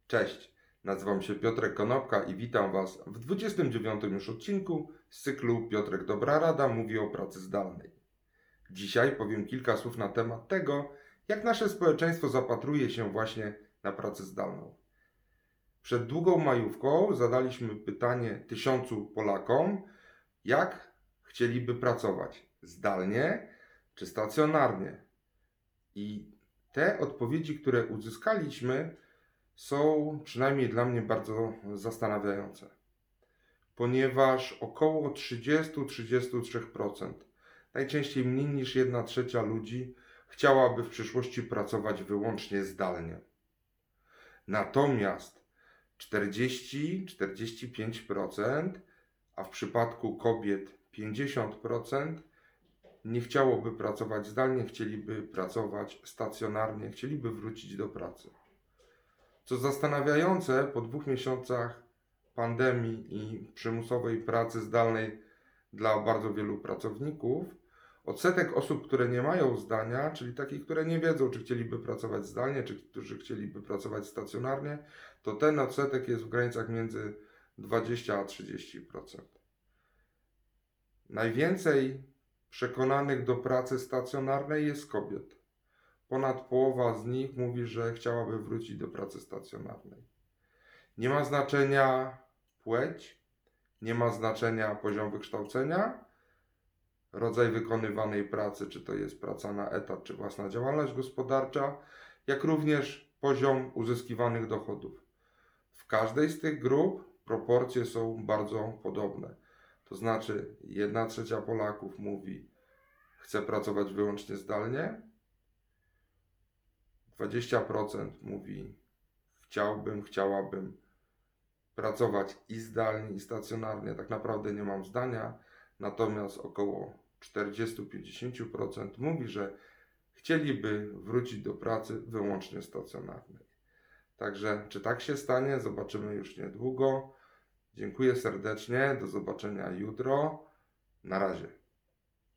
Cześć, nazywam się Piotrek Konopka i witam Was w 29. już odcinku z cyklu Piotrek Dobra Rada mówi o pracy zdalnej. Dzisiaj powiem kilka słów na temat tego, jak nasze społeczeństwo zapatruje się właśnie na pracę zdalną. Przed długą majówką zadaliśmy pytanie 1000 Polakom, jak chcieliby pracować zdalnie czy stacjonarnie. I te odpowiedzi, które uzyskaliśmy, są przynajmniej dla mnie bardzo zastanawiające, ponieważ około 30-33%, najczęściej mniej niż 1/3 ludzi, chciałaby w przyszłości pracować wyłącznie zdalnie. Natomiast 40-45%, a w przypadku kobiet 50%, nie chciałoby pracować zdalnie, chcieliby pracować stacjonarnie, chcieliby wrócić do pracy. Co zastanawiające, po 2 miesiącach pandemii i przymusowej pracy zdalnej dla bardzo wielu pracowników, odsetek osób, które nie mają zdania, czyli takich, które nie wiedzą, czy chcieliby pracować zdalnie, czy którzy chcieliby pracować stacjonarnie, to ten odsetek jest w granicach między 20 a 30%. Najwięcej przekonanych do pracy stacjonarnej jest kobiet. Ponad połowa z nich mówi, że chciałaby wrócić do pracy stacjonarnej. Nie ma znaczenia płeć, nie ma znaczenia poziom wykształcenia, rodzaj wykonywanej pracy, czy to jest praca na etat, czy własna działalność gospodarcza, jak również poziom uzyskiwanych dochodów. W każdej z tych grup proporcje są bardzo podobne. To znaczy 1/3 Polaków mówi, chce pracować wyłącznie zdalnie, 20% mówi, chciałabym pracować i zdalnie, i stacjonarnie, tak naprawdę nie mam zdania, natomiast około 40-50% mówi, że chcieliby wrócić do pracy wyłącznie stacjonarnej. Także czy tak się stanie, zobaczymy już niedługo. Dziękuję serdecznie, do zobaczenia jutro. Na razie.